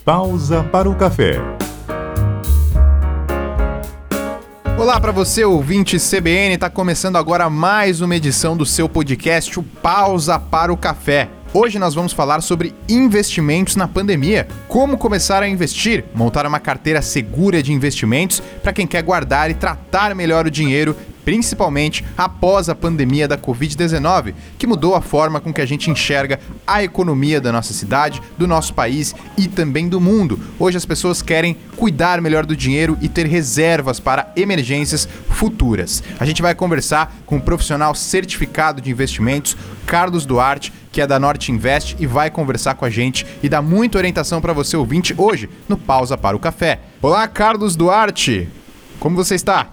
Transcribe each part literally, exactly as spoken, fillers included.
Pausa para o café. Olá para você, ouvinte C B N, está começando agora mais uma edição do seu podcast, o Pausa para o Café. Hoje nós vamos falar sobre investimentos na pandemia, como começar a investir, montar uma carteira segura de investimentos para quem quer guardar e tratar melhor o dinheiro, principalmente após a pandemia da covid dezenove, que mudou a forma com que a gente enxerga a economia da nossa cidade, do nosso país e também do mundo. Hoje as pessoas querem cuidar melhor do dinheiro e ter reservas para emergências futuras. A gente vai conversar com um profissional certificado de investimentos, Carlos Duarte, que é da Norte Invest, e vai conversar com a gente e dar muita orientação para você ouvinte hoje no Pausa para o Café. Olá, Carlos Duarte, como você está?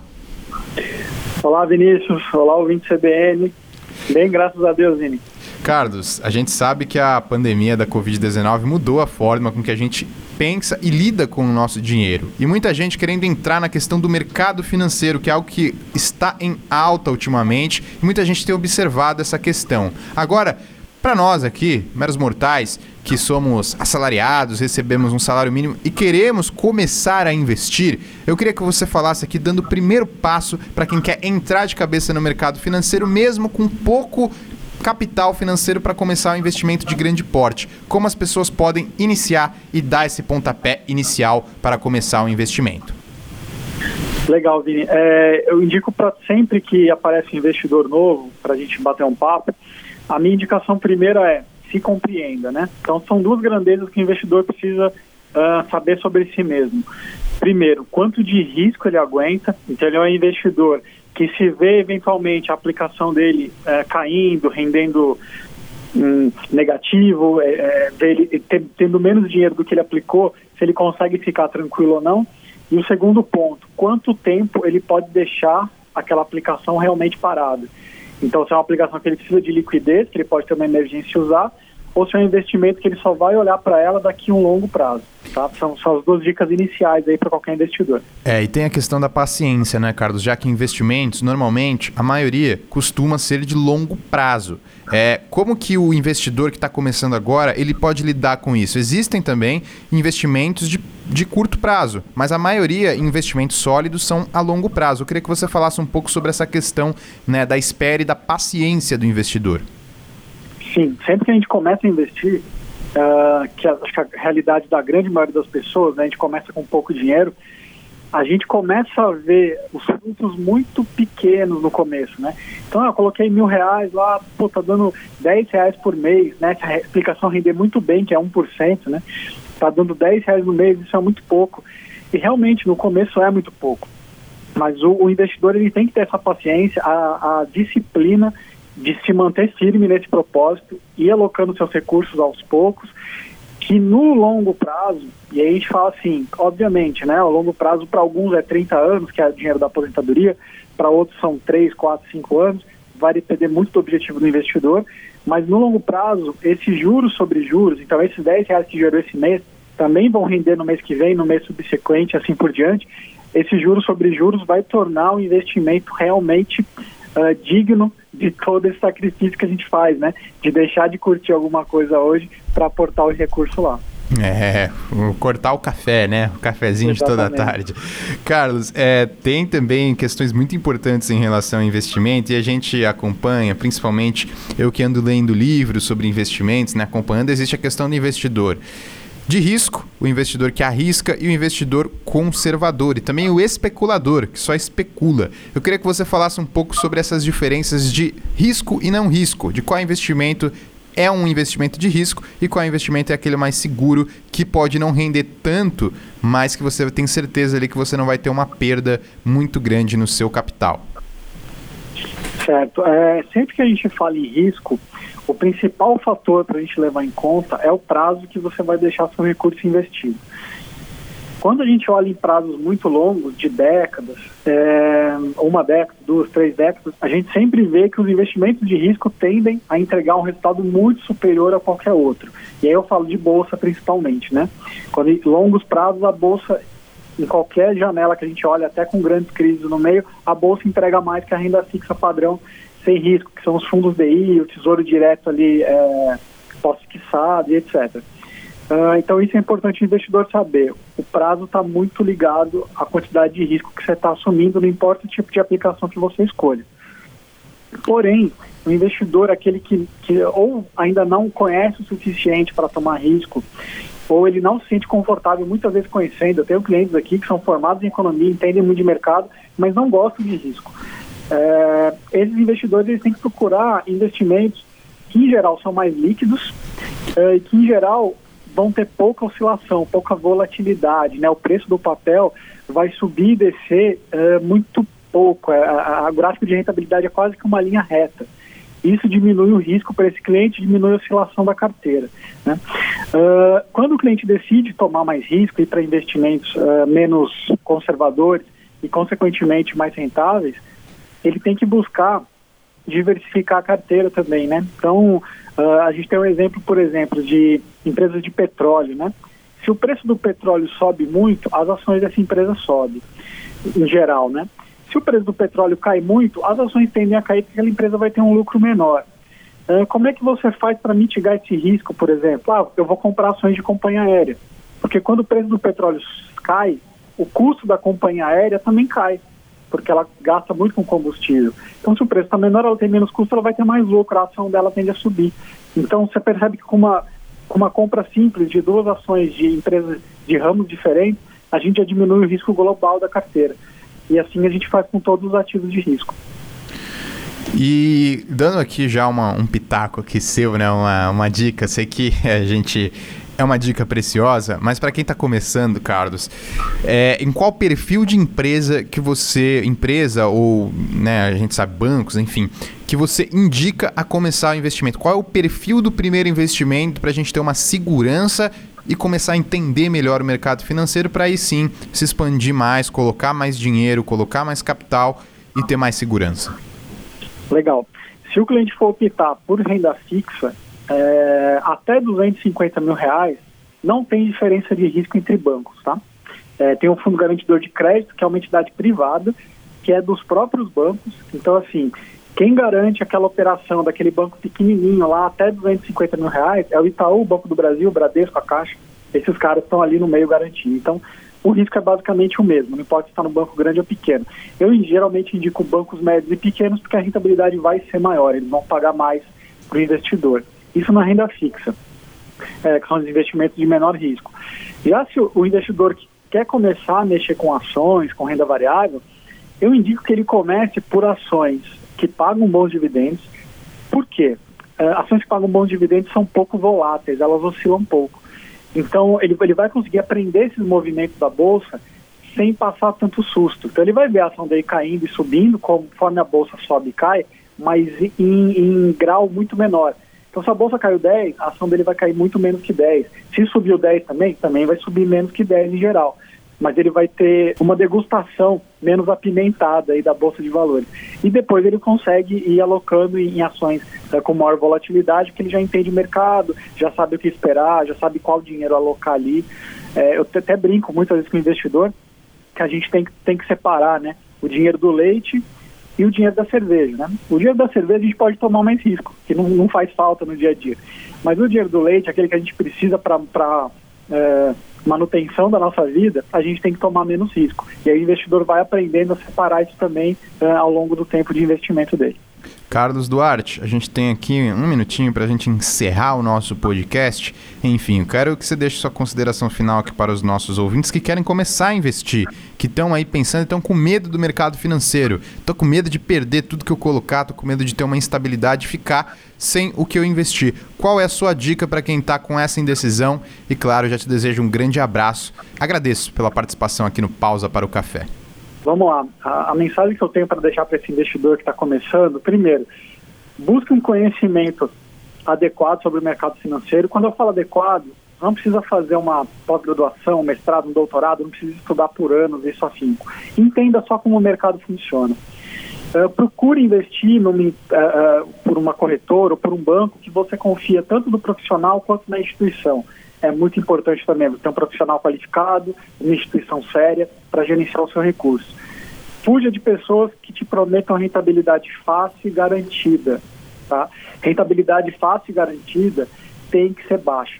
Olá, Vinícius. Olá, ouvinte C B N. Bem, graças a Deus, Vini. Carlos, a gente sabe que a pandemia da covid dezenove mudou a forma com que a gente pensa e lida com o nosso dinheiro. E muita gente querendo entrar na questão do mercado financeiro, que é algo que está em alta ultimamente, e muita gente tem observado essa questão. Agora, para nós aqui, meros mortais, que somos assalariados, recebemos um salário mínimo e queremos começar a investir, eu queria que você falasse aqui, dando o primeiro passo para quem quer entrar de cabeça no mercado financeiro, mesmo com pouco capital financeiro para começar um investimento de grande porte. Como as pessoas podem iniciar e dar esse pontapé inicial para começar um investimento? Legal, Vini. É, eu indico para sempre que aparece um investidor novo, para a gente bater um papo, a minha indicação primeira é se compreenda, né? Então são duas grandezas que o investidor precisa uh, saber sobre si mesmo. Primeiro, quanto de risco ele aguenta. Então ele é um investidor que, se vê eventualmente a aplicação dele uh, caindo, rendendo um, negativo, é, é, ele tendo menos dinheiro do que ele aplicou, se ele consegue ficar tranquilo ou não. E o segundo ponto, quanto tempo ele pode deixar aquela aplicação realmente parada. Então, se é uma aplicação que ele precisa de liquidez, que ele pode ter uma emergência e usar, ou se é um investimento que ele só vai olhar para ela daqui a um longo prazo. Tá? São, são as duas dicas iniciais aí para qualquer investidor. É, e tem a questão da paciência, né, Carlos? Já que investimentos, normalmente, a maioria costuma ser de longo prazo. É, como que o investidor que está começando agora, ele pode lidar com isso? Existem também investimentos de, de curto prazo, mas a maioria, investimentos sólidos, são a longo prazo. Eu queria que você falasse um pouco sobre essa questão, né, da espera e da paciência do investidor. Sim, sempre que a gente começa a investir, uh, que a, acho que a realidade da grande maioria das pessoas, né, a gente começa com pouco dinheiro, a gente começa a ver os frutos muito pequenos no começo, né? Então, eu coloquei mil reais lá, pô, tá dando dez reais por mês, né? Se a aplicação render muito bem, que é um por cento, né? Tá dando dez reais no mês, isso é muito pouco. E realmente, no começo é muito pouco. Mas o, o investidor, ele tem que ter essa paciência, a, a disciplina de se manter firme nesse propósito e alocando seus recursos aos poucos, que no longo prazo, e aí a gente fala assim, obviamente, né, o longo prazo para alguns é trinta anos, que é o dinheiro da aposentadoria, para outros são três, quatro, cinco anos, vai depender muito do objetivo do investidor, mas no longo prazo, esses juros sobre juros, então esses dez reais que gerou esse mês, também vão render no mês que vem, no mês subsequente, assim por diante. Esse juros sobre juros vai tornar o investimento realmente uh, digno de todo esse sacrifício que a gente faz, né? De deixar de curtir alguma coisa hoje para aportar o recurso lá. É, cortar o café, né? O cafezinho Exatamente. De toda a tarde. Carlos, é, tem também questões muito importantes em relação ao investimento e a gente acompanha, principalmente eu que ando lendo livros sobre investimentos, né? Acompanhando, existe a questão do investidor de risco, o investidor que arrisca e o investidor conservador e também o especulador, que só especula. Eu queria que você falasse um pouco sobre essas diferenças de risco e não risco, de qual investimento é um investimento de risco e qual investimento é aquele mais seguro, que pode não render tanto, mas que você tem certeza ali que você não vai ter uma perda muito grande no seu capital. Certo. É, sempre que a gente fala em risco, o principal fator para a gente levar em conta é o prazo que você vai deixar seu recurso investido. Quando a gente olha em prazos muito longos, de décadas, é, uma década, duas, três décadas, a gente sempre vê que os investimentos de risco tendem a entregar um resultado muito superior a qualquer outro. E aí eu falo de bolsa principalmente, né? Quando em longos prazos, a bolsa, em qualquer janela que a gente olha, até com grandes crises no meio, a bolsa entrega mais que a renda fixa padrão sem risco, que são os fundos D I, o tesouro direto ali, é, pós-fixado e etcétera. Uh, então isso é importante o investidor saber. O prazo está muito ligado à quantidade de risco que você está assumindo, não importa o tipo de aplicação que você escolha. Porém, o investidor, aquele que, que ou ainda não conhece o suficiente para tomar risco, ou ele não se sente confortável, muitas vezes conhecendo, eu tenho clientes aqui que são formados em economia, entendem muito de mercado, mas não gostam de risco. É, esses investidores eles têm que procurar investimentos que em geral são mais líquidos é, e que em geral vão ter pouca oscilação, pouca volatilidade, né? O preço do papel vai subir e descer é, muito pouco, a, a, a gráfico de rentabilidade é quase que uma linha reta. Isso diminui o risco para esse cliente, diminui a oscilação da carteira, né? Uh, quando o cliente decide tomar mais risco e ir para investimentos uh, menos conservadores e, consequentemente, mais rentáveis, ele tem que buscar diversificar a carteira também, né? Então, uh, a gente tem um exemplo, por exemplo, de empresas de petróleo, né? Se o preço do petróleo sobe muito, as ações dessa empresa sobem, em geral, né? Se o preço do petróleo cai muito, as ações tendem a cair porque aquela empresa vai ter um lucro menor. Uh, como é que você faz para mitigar esse risco, por exemplo? Ah, eu vou comprar ações de companhia aérea. Porque quando o preço do petróleo cai, o custo da companhia aérea também cai, porque ela gasta muito com combustível. Então, se o preço está menor, ela tem menos custo, ela vai ter mais lucro, a ação dela tende a subir. Então, você percebe que com uma, com uma compra simples de duas ações de empresas de ramos diferentes, a gente já diminui o risco global da carteira. E assim a gente faz com todos os ativos de risco. E dando aqui já uma, um pitaco aqui seu, né, uma, uma dica, sei que a gente é uma dica preciosa, mas para quem está começando, Carlos, é, em qual perfil de empresa que você, empresa ou, né, a gente sabe, bancos, enfim, que você indica a começar o investimento? Qual é o perfil do primeiro investimento para a gente ter uma segurança e começar a entender melhor o mercado financeiro para aí sim se expandir mais, colocar mais dinheiro, colocar mais capital e ter mais segurança? Legal. Se o cliente for optar por renda fixa, é, até duzentos e cinquenta mil reais, não tem diferença de risco entre bancos, tá? É, tem um fundo garantidor de crédito, que é uma entidade privada, que é dos próprios bancos. Então, assim, quem garante aquela operação daquele banco pequenininho lá até duzentos e cinquenta mil reais é o Itaú, o Banco do Brasil, o Bradesco, a Caixa. Esses caras estão ali no meio garantindo. Então, o risco é basicamente o mesmo, não importa se está no banco grande ou pequeno. Eu geralmente indico bancos médios e pequenos porque a rentabilidade vai ser maior, eles vão pagar mais para o investidor. Isso na renda fixa, é, que são os investimentos de menor risco. Já se o, o investidor que quer começar a mexer com ações, com renda variável, eu indico que ele comece por ações que pagam bons dividendos. Por quê? É, ações que pagam bons dividendos são pouco voláteis, elas oscilam pouco. Então, ele, ele vai conseguir aprender esses movimentos da Bolsa sem passar tanto susto. Então, ele vai ver a ação dele caindo e subindo, conforme a Bolsa sobe e cai, mas em, em grau muito menor. Então, se a Bolsa caiu dez, a ação dele vai cair muito menos que dez. Se subiu dez também, também vai subir menos que dez em geral. Mas ele vai ter uma degustação menos apimentada aí da Bolsa de Valores. E depois ele consegue ir alocando em, em ações é, com maior volatilidade, porque ele já entende o mercado, já sabe o que esperar, já sabe qual dinheiro alocar ali. É, eu até brinco muitas vezes com o investidor que a gente tem, tem que separar, né, o dinheiro do leite e o dinheiro da cerveja, né? O dinheiro da cerveja a gente pode tomar mais risco, que não, não faz falta no dia a dia. Mas o dinheiro do leite, aquele que a gente precisa para é, manutenção da nossa vida, a gente tem que tomar menos risco. E aí o investidor vai aprendendo a separar isso também é, ao longo do tempo de investimento dele. Carlos Duarte, a gente tem aqui um minutinho para a gente encerrar o nosso podcast. Enfim, eu quero que você deixe sua consideração final aqui para os nossos ouvintes que querem começar a investir, que estão aí pensando, estão com medo do mercado financeiro, estão com medo de perder tudo que eu colocar, estão com medo de ter uma instabilidade e ficar sem o que eu investir. Qual é a sua dica para quem está com essa indecisão? E claro, já te desejo um grande abraço. Agradeço pela participação aqui no Pausa para o Café. Vamos lá, a, a mensagem que eu tenho para deixar para esse investidor que está começando, primeiro, busque um conhecimento adequado sobre o mercado financeiro. Quando eu falo adequado, não precisa fazer uma pós-graduação, um mestrado, um doutorado, não precisa estudar por anos, isso afinco. Entenda só como o mercado funciona. Uh, procure investir numa, uh, uh, por uma corretora ou por um banco que você confia tanto no profissional quanto na instituição. É muito importante também ter um profissional qualificado, uma instituição séria para gerenciar o seu recurso. Fuja de pessoas que te prometam rentabilidade fácil e garantida. Tá? Rentabilidade fácil e garantida tem que ser baixa.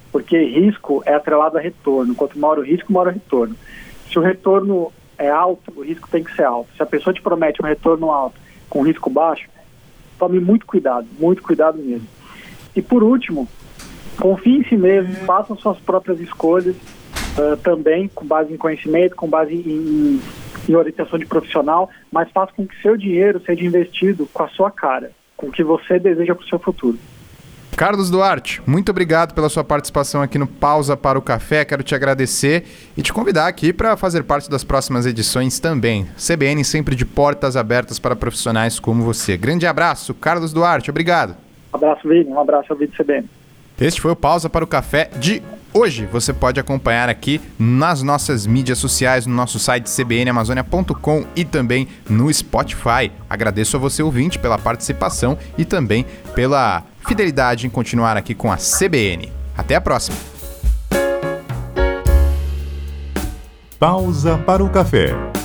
porque risco é atrelado a retorno. Quanto maior o risco, maior o retorno. Se o retorno é alto, o risco tem que ser alto. Se a pessoa te promete um retorno alto com risco baixo, tome muito cuidado, muito cuidado mesmo. E por último, confie em si mesmo, façam suas próprias escolhas, uh, também com base em conhecimento, com base em, em orientação de profissional, mas faça com que seu dinheiro seja investido com a sua cara, com o que você deseja para o seu futuro. Carlos Duarte, muito obrigado pela sua participação aqui no Pausa para o Café. Quero te agradecer e te convidar aqui para fazer parte das próximas edições também. C B N sempre de portas abertas para profissionais como você. Grande abraço, Carlos Duarte, obrigado. Um abraço, Vini, um abraço ao Vídeo C B N. Este foi o Pausa para o Café de hoje. Você pode acompanhar aqui nas nossas mídias sociais, no nosso site c b n amazônia ponto com e também no Spotify. Agradeço a você, ouvinte, pela participação e também pela fidelidade em continuar aqui com a C B N. Até a próxima. Pausa para o Café.